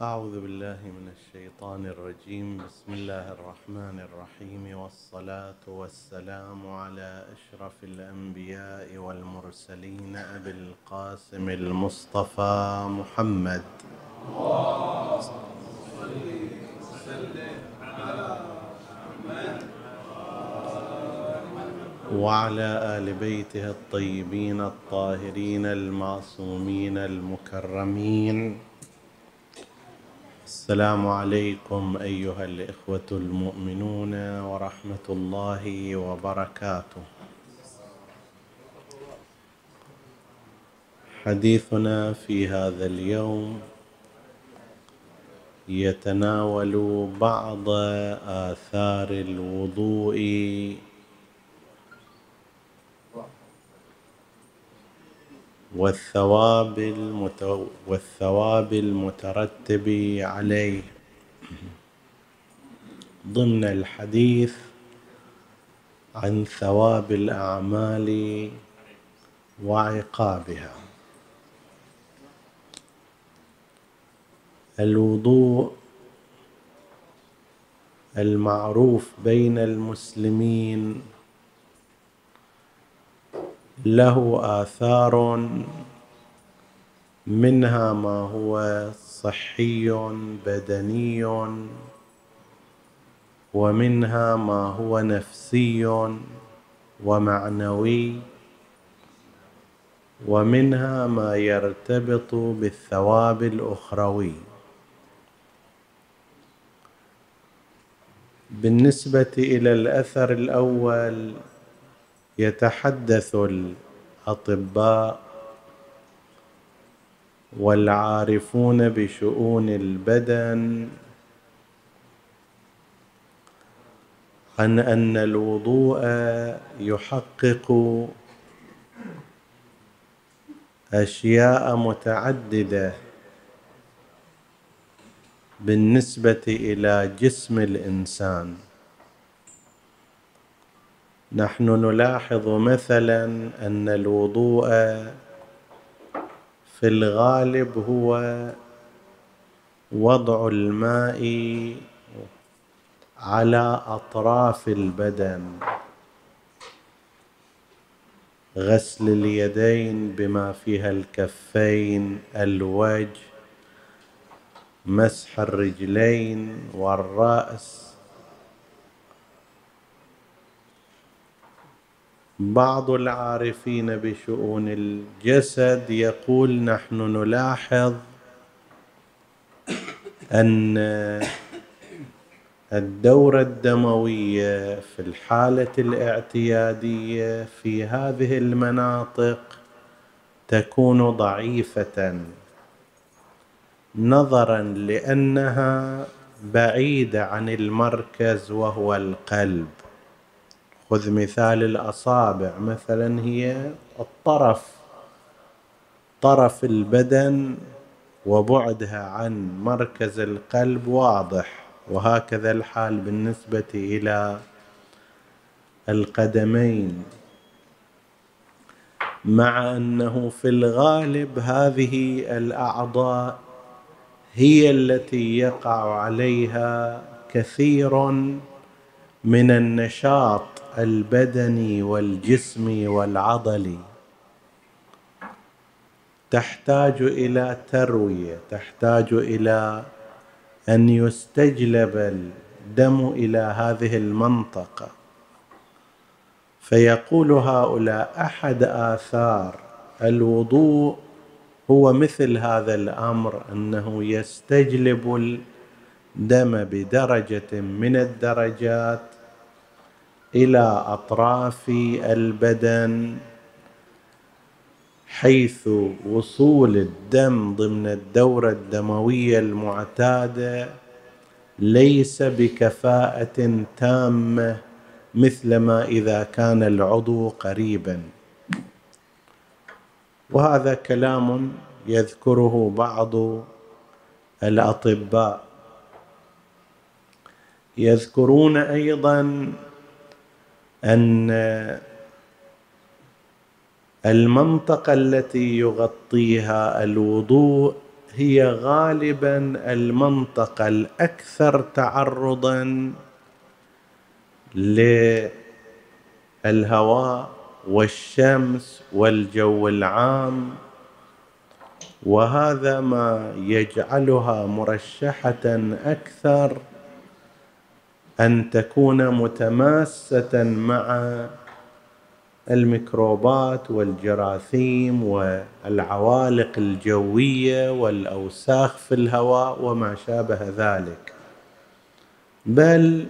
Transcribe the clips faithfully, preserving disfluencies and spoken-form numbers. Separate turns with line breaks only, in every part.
أعوذ بالله من الشيطان الرجيم. بسم الله الرحمن الرحيم، والصلاة والسلام على أشرف الأنبياء والمرسلين أبي القاسم المصطفى محمد وعلى آل بيته الطيبين الطاهرين المعصومين المكرمين. السلام عليكم أيها الإخوة المؤمنون ورحمة الله وبركاته. حديثنا في هذا اليوم يتناول بعض آثار الوضوء والثواب المت... والثواب المترتب عليه ضمن الحديث عن ثواب الأعمال وعقابها. الوضوء المعروف بين المسلمين له آثار، منها ما هو صحي بدني، ومنها ما هو نفسي ومعنوي، ومنها ما يرتبط بالثواب الأخروي. بالنسبة إلى الأثر الأول، يتحدث الأطباء والعارفون بشؤون البدن عن أن الوضوء يحقق أشياء متعددة بالنسبة إلى جسم الإنسان. نحن نلاحظ مثلا أن الوضوء في الغالب هو وضع الماء على أطراف البدن، غسل اليدين بما فيها الكفين، الوجه، مسح الرجلين والرأس. بعض العارفين بشؤون الجسد يقول نحن نلاحظ أن الدورة الدموية في الحالة الاعتيادية في هذه المناطق تكون ضعيفة، نظرا لأنها بعيدة عن المركز وهو القلب. خذ مثال الأصابع مثلا، هي الطرف طرف البدن وبعدها عن مركز القلب واضح، وهكذا الحال بالنسبة إلى القدمين، مع أنه في الغالب هذه الأعضاء هي التي يقع عليها كثير من النشاط البدني والجسمي والعضلي. تحتاج إلى تروية، تحتاج إلى أن يستجلب الدم إلى هذه المنطقة. فيقول هؤلاء أحد آثار الوضوء هو مثل هذا الأمر، أنه يستجلب الدم بدرجة من الدرجات إلى أطراف البدن، حيث وصول الدم ضمن الدورة الدموية المعتادة ليس بكفاءة تامة مثلما إذا كان العضو قريبا. وهذا كلام يذكره بعض الأطباء. يذكرون أيضا أن المنطقة التي يغطيها الوضوء هي غالبا المنطقة الأكثر تعرضا للهواء والشمس والجو العام، وهذا ما يجعلها مرشحة أكثر أن تكون متماسة مع الميكروبات والجراثيم والعوالق الجوية والأوساخ في الهواء وما شابه ذلك. بل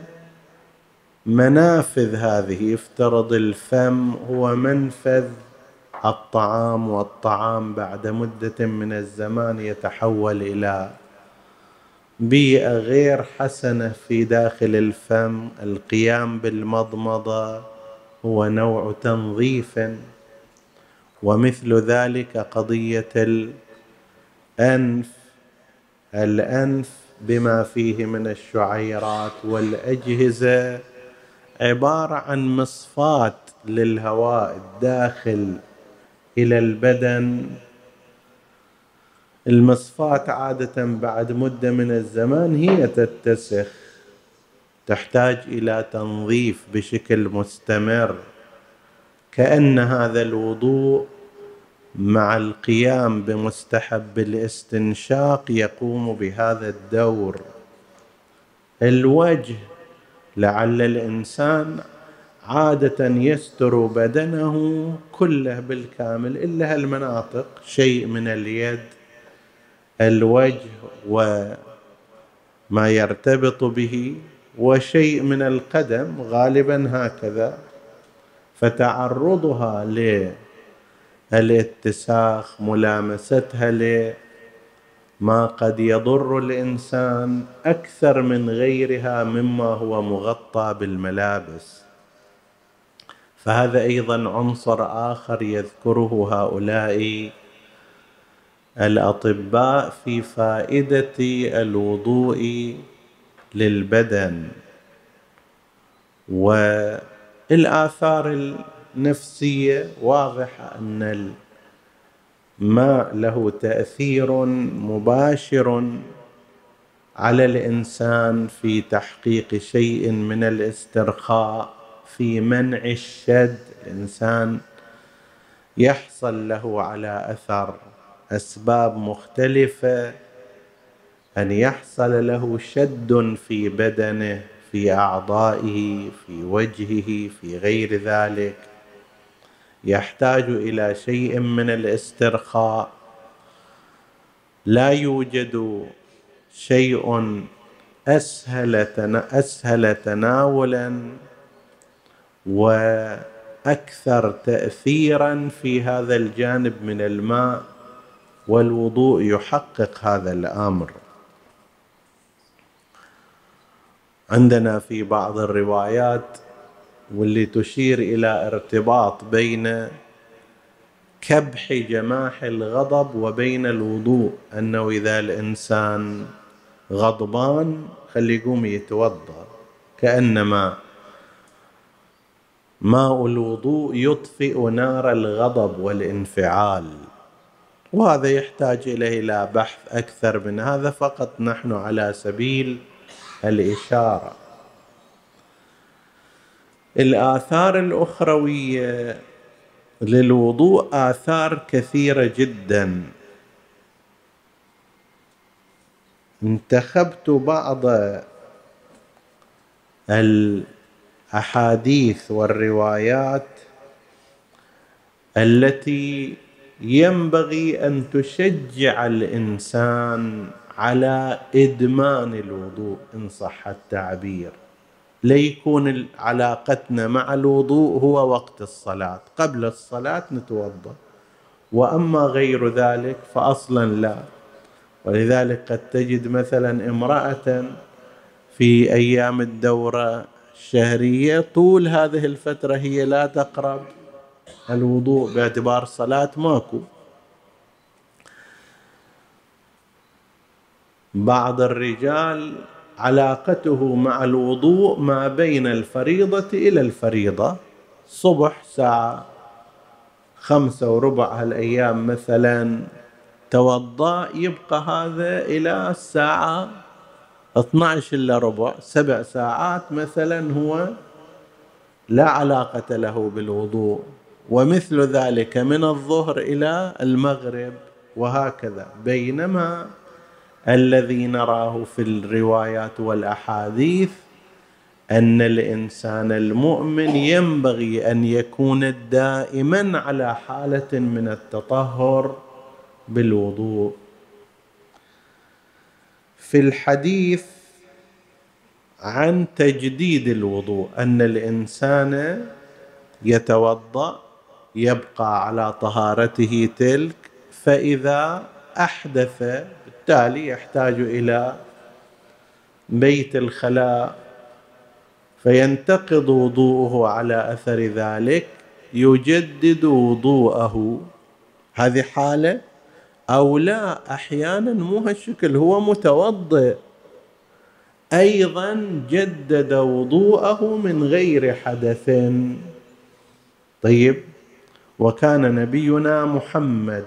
منافذ هذه، افترض الفم هو منفذ الطعام، والطعام بعد مدة من الزمان يتحول إلى بيئة غير حسنة في داخل الفم. القيام بالمضمضة هو نوع تنظيف، ومثل ذلك قضية الأنف الأنف بما فيه من الشعيرات والأجهزة عبارة عن مصفاة للهواء الداخل إلى البدن. المصفاة عادة بعد مدة من الزمان هي تتسخ، تحتاج إلى تنظيف بشكل مستمر، كأن هذا الوضوء مع القيام بمستحب الاستنشاق يقوم بهذا الدور. الوجه، لعل الإنسان عادة يستر بدنه كله بالكامل إلا هالمناطق، شيء من اليد، الوجه وما يرتبط به، وشيء من القدم، غالبا هكذا. فتعرضها للاتساخ، ملامستها لما قد يضر الإنسان أكثر من غيرها مما هو مغطى بالملابس. فهذا أيضا عنصر آخر يذكره هؤلاء الأطباء في فائدة الوضوء للبدن. والآثار النفسية واضحة أن الماء له تأثير مباشر على الإنسان في تحقيق شيء من الاسترخاء، في منع الشد. الإنسان يحصل له على أثر أسباب مختلفة أن يحصل له شد في بدنه، في أعضائه، في وجهه، في غير ذلك، يحتاج إلى شيء من الاسترخاء. لا يوجد شيء أسهل أسهل تناولا وأكثر تأثيرا في هذا الجانب من الماء، والوضوء يحقق هذا الأمر. عندنا في بعض الروايات واللي تشير إلى ارتباط بين كبح جماح الغضب وبين الوضوء، أنه إذا الإنسان غضبان خلي يقوم يتوضأ، كأنما ماء الوضوء يطفئ نار الغضب والانفعال. وهذا يحتاج إليه إلى بحث أكثر من هذا، فقط نحن على سبيل الإشارة. الآثار الأخروية للوضوء آثار كثيرة جدا. انتخبت بعض الأحاديث والروايات التي ينبغي أن تشجع الإنسان على إدمان الوضوء إن صح التعبير، ليكون علاقتنا مع الوضوء هو وقت الصلاة، قبل الصلاة نتوضأ، وأما غير ذلك فأصلا لا. ولذلك قد تجد مثلا امرأة في أيام الدورة الشهرية طول هذه الفترة هي لا تقرب الوضوء باعتبار الصلاة ماكو. بعض الرجال علاقته مع الوضوء ما بين الفريضة إلى الفريضة، صبح ساعة خمسة وربع هالأيام مثلا توضأ يبقى هذا إلى الساعة اثني عشر إلا ربع، سبع ساعات مثلا هو لا علاقة له بالوضوء، ومثل ذلك من الظهر إلى المغرب وهكذا. بينما الذي نراه في الروايات والأحاديث أن الإنسان المؤمن ينبغي أن يكون دائما على حالة من التطهر بالوضوء. في الحديث عن تجديد الوضوء أن الإنسان يتوضأ يبقى على طهارته تلك، فإذا أحدث بالتالي يحتاج إلى بيت الخلاء فينتقض وضوءه على أثر ذلك، يجدد وضوءه. هذه حالة أو لا، أحيانا مو هالشكل، هو متوضئ أيضا جدد وضوءه من غير حدث. طيب، وكان نبينا محمد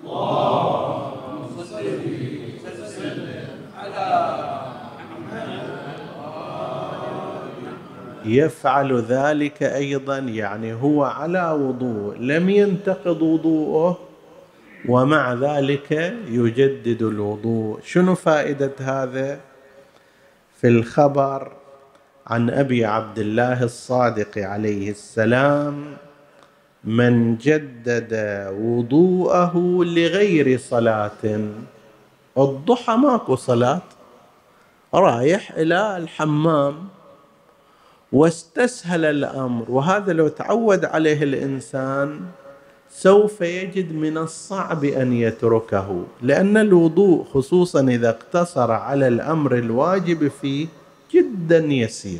يفعل ذلك أيضا، يعني هو على وضوء لم ينتقض وضوءه ومع ذلك يجدد الوضوء. شنو فائدة هذا؟ في الخبر عن أبي عبد الله الصادق عليه السلام: من جدد وضوءه لغير صلاة، الضحى ماكو صلاة، رايح إلى الحمام واستسهل الأمر، وهذا لو تعود عليه الإنسان سوف يجد من الصعب أن يتركه، لأن الوضوء خصوصا إذا اقتصر على الأمر الواجب فيه جدا يسير.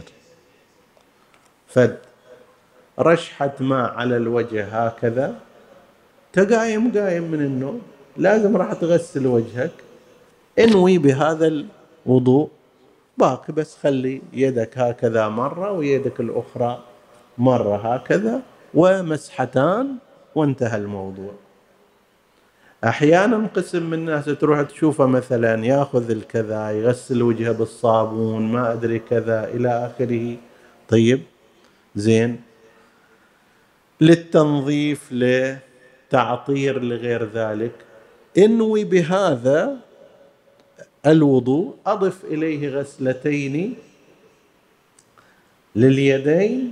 فد رشحة ماء على الوجه هكذا، تقايم قايم من النوم لازم راح تغسل وجهك، انوي بهذا الوضوء باقي، بس خلي يدك هكذا مرة ويدك الأخرى مرة هكذا ومسحتان وانتهى الموضوع. أحيانا قسم من الناس تروح تشوفه مثلا يأخذ الكذا يغسل وجهه بالصابون ما أدري كذا إلى آخره. طيب زين، للتنظيف لتعطير لغير ذلك، انوي بهذا الوضوء، أضف إليه غسلتين لليدين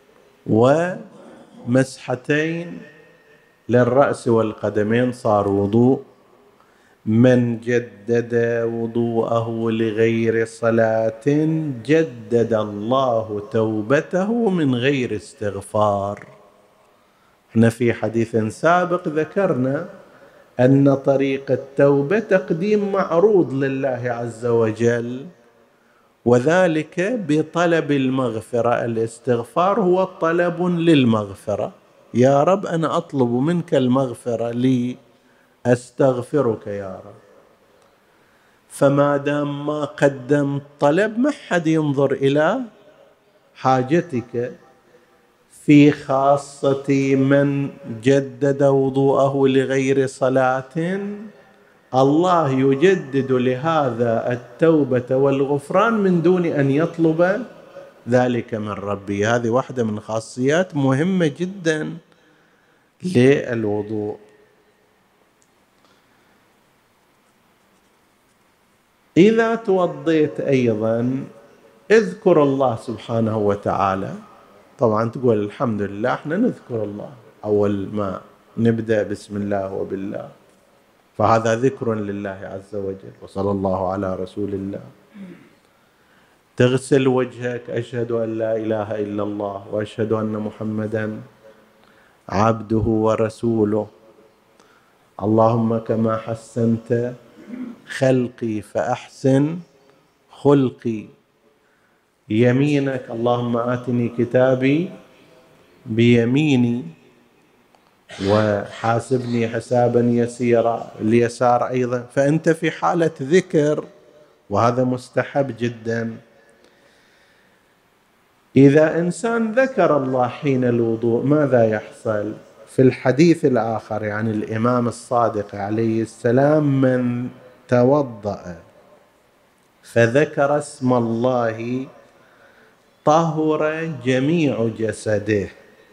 ومسحتين للرأس والقدمين، صار وضوء. من جدد وضوءه لغير صلاة جدد الله توبته من غير استغفار. احنا في حديث سابق ذكرنا أن طريق التوبة تقديم معروض لله عز وجل، وذلك بطلب المغفرة. الاستغفار هو طلب للمغفرة، يا رب أنا أطلب منك المغفرة لي أستغفرك يا رب. فما دام ما قدم طلب ما حد ينظر إلى حاجتك. في خاصة من جدد وضوءه لغير صلاة، الله يجدد لهذا التوبة والغفران من دون أن يطلب ذلك من ربي. هذه واحدة من خاصيات مهمة جدا للوضوء. إذا توضيت أيضا اذكر الله سبحانه وتعالى. طبعا تقول الحمد لله، احنا نذكر الله أول ما نبدأ بسم الله وبالله، فهذا ذكر لله عز وجل، وصلى الله على رسول الله. تغسل وجهك، أشهد أن لا إله إلا الله وأشهد أن محمدا عبده ورسوله. اللهم كما حسنت خلقي فأحسن خلقي. يمينك، اللهم آتني كتابي بيميني وحاسبني حسابا يسيرا. اليسار أيضا، فأنت في حالة ذكر وهذا مستحب جدا. إذا إنسان ذكر الله حين الوضوء ماذا يحصل؟ في الحديث الآخر يعني الإمام الصادق عليه السلام: من توضأ فذكر اسم الله طهر جميع جسده،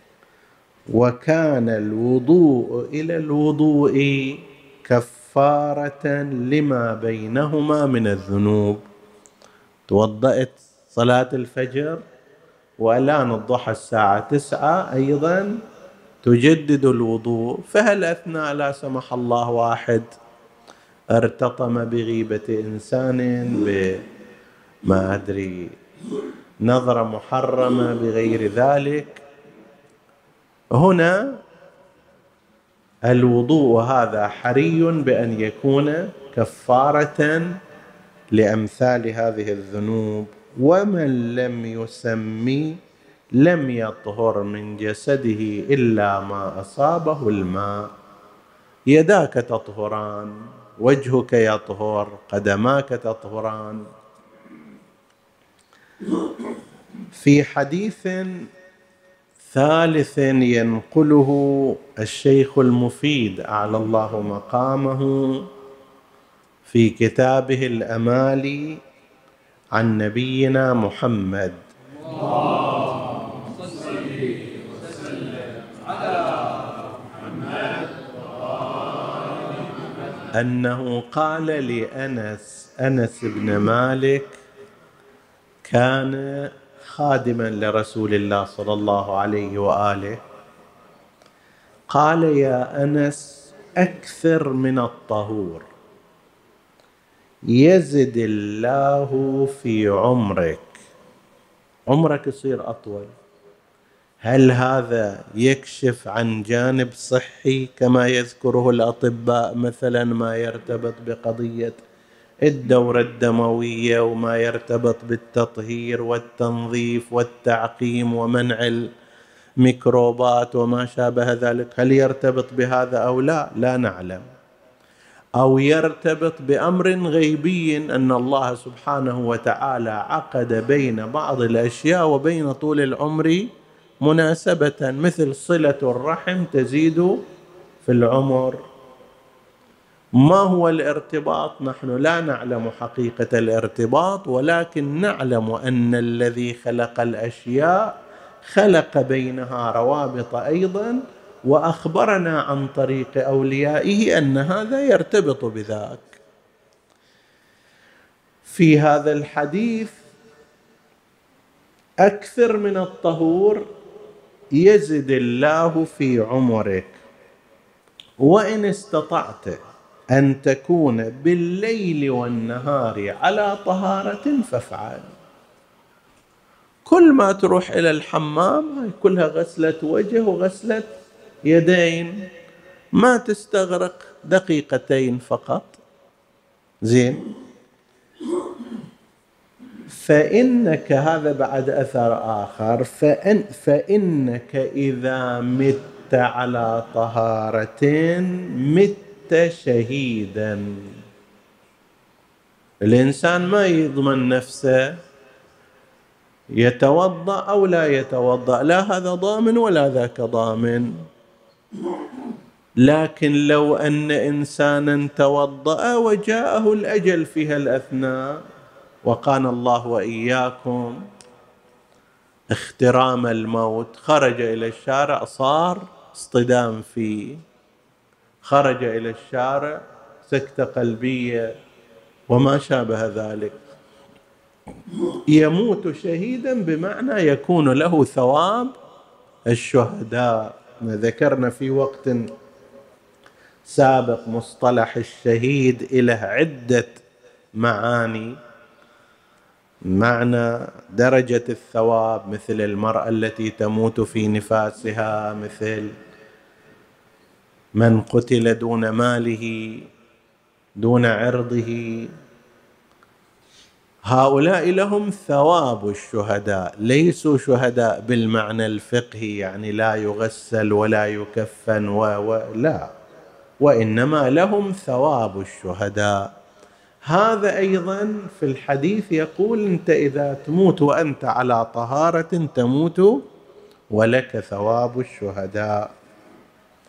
وكان الوضوء إلى الوضوء كفارة لما بينهما من الذنوب. توضأت صلاة الفجر وأذان الضحى الساعة تسعة أيضا تجدد الوضوء، فهل أثناء لا سمح الله واحد ارتطم بغيبة إنسان، بما أدري نظرة محرمة بغير ذلك، هنا الوضوء هذا حري بأن يكون كفارة لأمثال هذه الذنوب. ومن لم يسمي لم يطهر من جسده إلا ما أصابه الماء. يداك تطهران، وجهك يطهر، قدماك تطهران. في حديث ثالث ينقله الشيخ المفيد أعلى الله مقامه في كتابه الأمالي عن نبينا محمد أنه قال لأنس أنس بن مالك كان خادما لرسول الله صلى الله عليه وآله، قال: يا أنس أكثر من الطهور يزد الله في عمرك، عمرك يصير أطول. هل هذا يكشف عن جانب صحي كما يذكره الأطباء، مثلا ما يرتبط بقضية الدورة الدموية وما يرتبط بالتطهير والتنظيف والتعقيم ومنع الميكروبات وما شابه ذلك؟ هل يرتبط بهذا أو لا؟ لا نعلم. أو يرتبط بأمر غيبي أن الله سبحانه وتعالى عقد بين بعض الأشياء وبين طول العمر مناسبة، مثل صلة الرحم تزيد في العمر. ما هو الارتباط؟ نحن لا نعلم حقيقة الارتباط، ولكن نعلم أن الذي خلق الأشياء خلق بينها روابط أيضا، وأخبرنا عن طريق أوليائه أن هذا يرتبط بذاك. في هذا الحديث أكثر من الطهور يزد الله في عمرك، وإن استطعت أن تكون بالليل والنهار على طهارة فافعل. كل ما تروح إلى الحمام هاي كلها غسلة وجه وغسلة يدين، ما تستغرق دقيقتين فقط. زين. فإنك، هذا بعد أثر آخر، فإن فإنك إذا مت على طهارة مت شهيدا. الإنسان ما يضمن نفسه يتوضأ أو لا يتوضأ، لا هذا ضامن ولا ذاك ضامن. لكن لو أن إنسانا توضأ وجاءه الأجل في هالأثناء، وقانا الله وإياكم اخترام الموت، خرج إلى الشارع صار اصطدام فيه، خرج إلى الشارع سكتة قلبية وما شابه ذلك، يموت شهيدا، بمعنى يكون له ثواب الشهداء. ذكرنا في وقت سابق مصطلح الشهيد له عدة معاني، معنى درجة الثواب، مثل المرأة التي تموت في نفاسها، مثل من قتل دون ماله دون عرضه، هؤلاء لهم ثواب الشهداء، ليسوا شهداء بالمعنى الفقهي، يعني لا يغسل ولا يكفن و... و... لا، وإنما لهم ثواب الشهداء. هذا أيضا في الحديث يقول: أنت إذا تموت وأنت على طهارة تموت ولك ثواب الشهداء.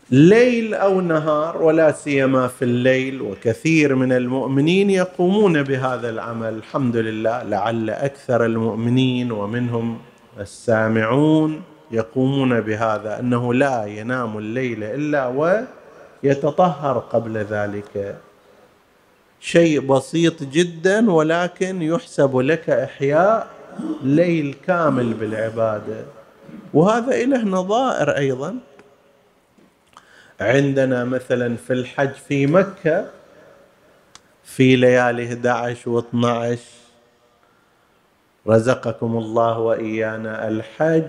ليل أو نهار، ولا سيما في الليل، وكثير من المؤمنين يقومون بهذا العمل الحمد لله. لعل أكثر المؤمنين ومنهم السامعون يقومون بهذا، أنه لا ينام الليل إلا ويتطهر قبل ذلك. شيء بسيط جدا، ولكن يحسب لك إحياء ليل كامل بالعبادة. وهذا له نظائر أيضا. عندنا مثلا في الحج في مكة في ليالي أحد عشر واثني عشر، رزقكم الله وإيانا الحج،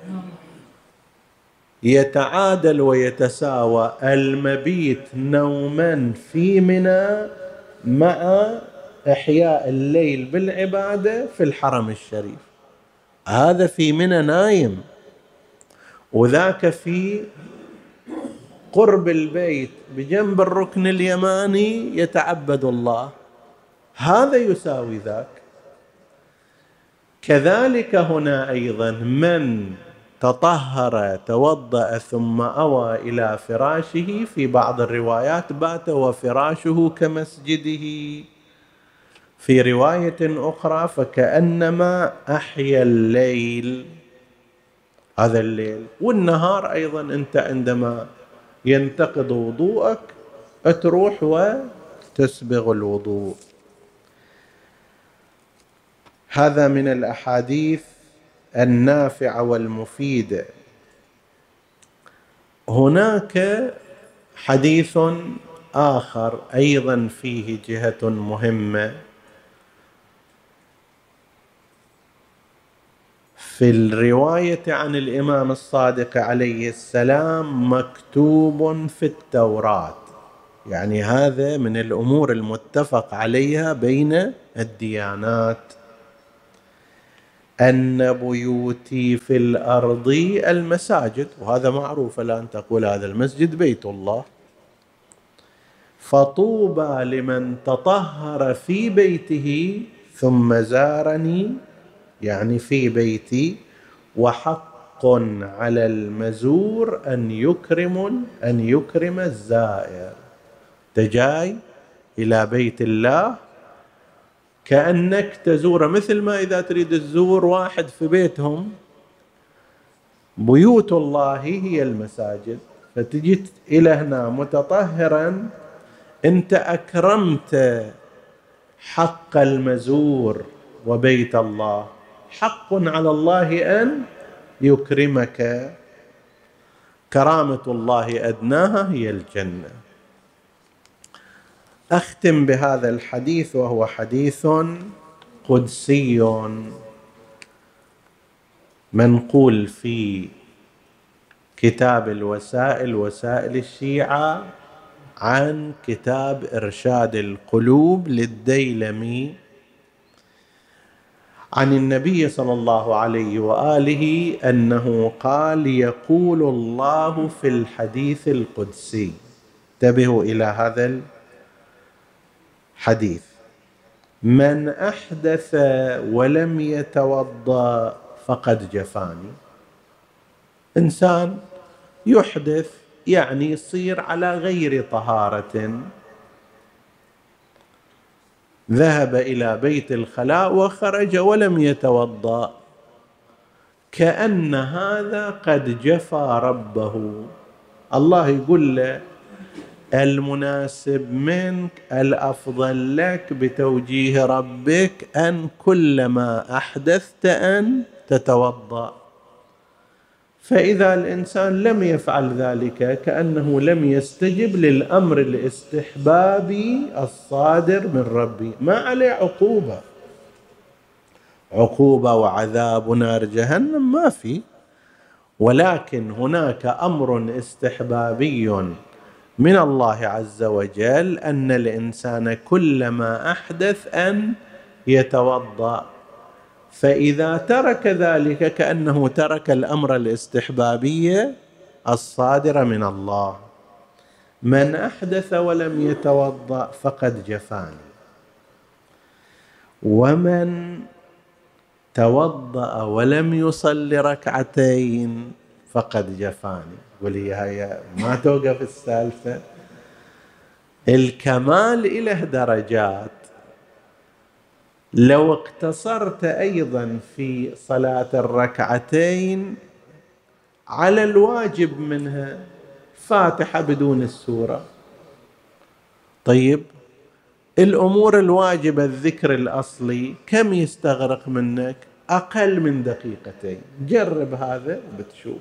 يتعادل ويتساوى المبيت نوما في منى مع إحياء الليل بالعبادة في الحرم الشريف. هذا في منى نايم، وذاك في قرب البيت بجنب الركن اليماني يتعبد الله. هذا يساوي ذاك. كذلك هنا أيضا من تطهر توضأ ثم أوى إلى فراشه، في بعض الروايات بات وفراشه كمسجده، في رواية أخرى فكأنما أحيا الليل. هذا الليل والنهار أيضا، أنت عندما ينتقض وضوءك تروح وتسبغ الوضوء. هذا من الأحاديث النافعة والمفيدة. هناك حديث آخر أيضا فيه جهة مهمة. في الرواية عن الإمام الصادق عليه السلام مكتوب في التوراة، يعني هذا من الأمور المتفق عليها بين الديانات، أن بيوتي في الأرض المساجد. وهذا معروف، الآن تقول هذا المسجد بيت الله، فطوبى لمن تطهر في بيته ثم زارني، يعني في بيتي، وحق على المزور أن يكرم أن يكرم الزائر. تجاي إلى بيت الله كأنك تزور، مثل ما إذا تريد تزور واحد في بيتهم. بيوت الله هي المساجد، فتجي إلى هنا متطهرا، أنت أكرمت حق المزور وبيت الله. حق على الله أن يكرمك. كرامة الله أدناها هي الجنة. أختم بهذا الحديث، وهو حديث قدسي منقول في كتاب الوسائل، وسائل الشيعة، عن كتاب إرشاد القلوب للديلمي، عن النبي صلى الله عليه وآله أنه قال: يقول الله في الحديث القدسي. انتبهوا إلى هذا الحديث: من أحدث ولم يتوضأ فقد جفاني. إنسان يحدث، يعني يصير على غير طهارة، ذهب إلى بيت الخلاء وخرج ولم يتوضأ، كأن هذا قد جفى ربه. الله يقول له: المناسب منك، الأفضل لك بتوجيه ربك، أن كلما أحدثت أن تتوضأ. فإذا الإنسان لم يفعل ذلك كأنه لم يستجب للأمر الاستحبابي الصادر من ربي. ما عليه عقوبة، عقوبة وعذاب نار جهنم ما في، ولكن هناك أمر استحبابي من الله عز وجل، أن الإنسان كلما أحدث أن يتوضأ. فإذا ترك ذلك كأنه ترك الأمر الاستحبابي الصادر من الله. من أحدث ولم يتوضأ فقد جفاني، ومن توضأ ولم يصل ركعتين فقد جفاني. قولي هاي ما توقف السالفة. الكمال إله درجات. لو اقتصرت أيضا في صلاة الركعتين على الواجب منها، فاتحة بدون السورة، طيب الأمور الواجبة الذكر الأصلي كم يستغرق منك؟ أقل من دقيقتين. جرب هذا بتشوف.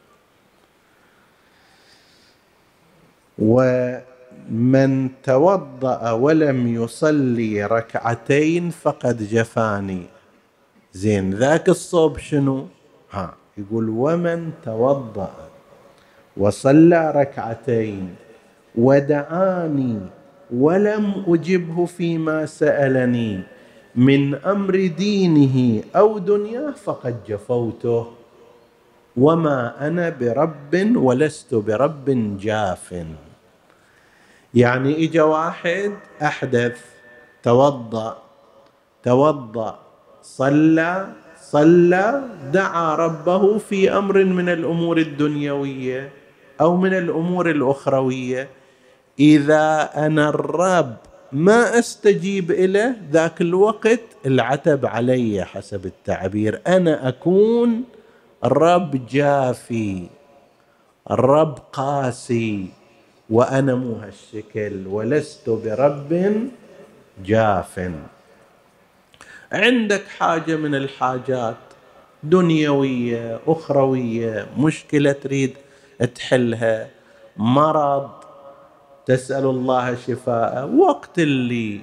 ومن توضأ ولم يصلي ركعتين فقد جفاني. زين، ذاك الصوب شنو؟ ها يقول ومن توضأ وصلى ركعتين ودعاني ولم أجبه فيما سألني من أمر دينه أو دنياه فقد جفوته وما أنا برب ولست برب جاف. يعني إجا واحد أحدث، توضأ توضأ صلى صلى دعا ربه في أمر من الأمور الدنيوية أو من الأمور الأخروية، إذا أنا الرب ما أستجيب إليه ذاك الوقت العتب علي حسب التعبير، أنا أكون رب جافي، الرب قاسي، وأنا مو هالشكل، ولست برب جاف. عندك حاجة من الحاجات دنيوية أخروية، مشكلة تريد تحلها، مرض تسأل الله شفاء، وقت اللي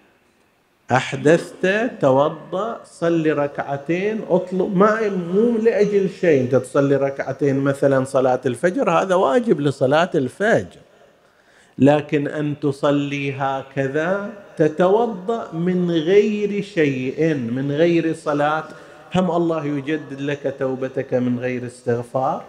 أحدثت توضأ صلي ركعتين، اطلب، ما مو لأجل شيء أنت تصلي ركعتين مثلا صلاة الفجر، هذا واجب لصلاة الفجر، لكن أن تصلي هكذا تتوضأ من غير شيء، من غير صلاة، هم الله يجدد لك توبتك من غير استغفار.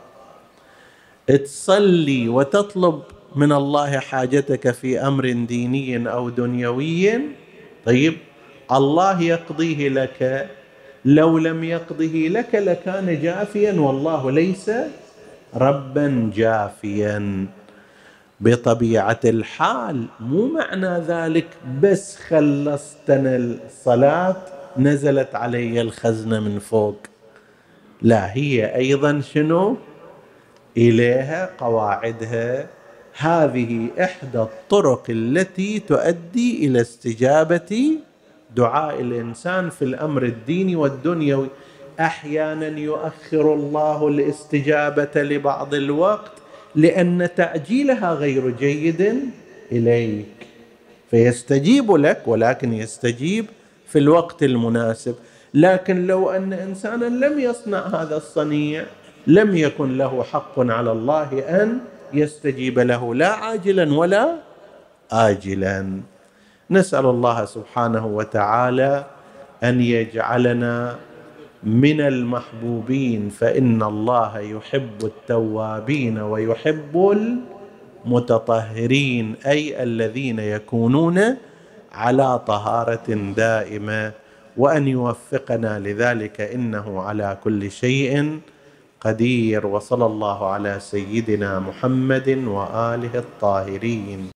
تصلي وتطلب من الله حاجتك في أمر ديني أو دنيوي، طيب الله يقضيه لك، لو لم يقضه لك لكان جافيا، والله ليس ربا جافيا. بطبيعة الحال مو معنى ذلك بس خلصتنا الصلاة نزلت علي الخزنة من فوق، لا، هي أيضا شنو؟ إليها قواعدها. هذه إحدى الطرق التي تؤدي إلى استجابة دعاء الإنسان في الأمر الديني والدنيوي. أحيانا يؤخر الله الاستجابة لبعض الوقت لأن تعجيلها غير جيد إليك، فيستجيب لك، ولكن يستجيب في الوقت المناسب. لكن لو أن إنسانا لم يصنع هذا الصنيع لم يكن له حق على الله أن يستجيب له، لا عاجلا ولا آجلا. نسأل الله سبحانه وتعالى أن يجعلنا من المحبوبين، فإن الله يحب التوابين ويحب المتطهرين، أي الذين يكونون على طهارة دائمة، وأن يوفقنا لذلك إنه على كل شيء قدير. وصلى الله على سيدنا محمد وآله الطاهرين.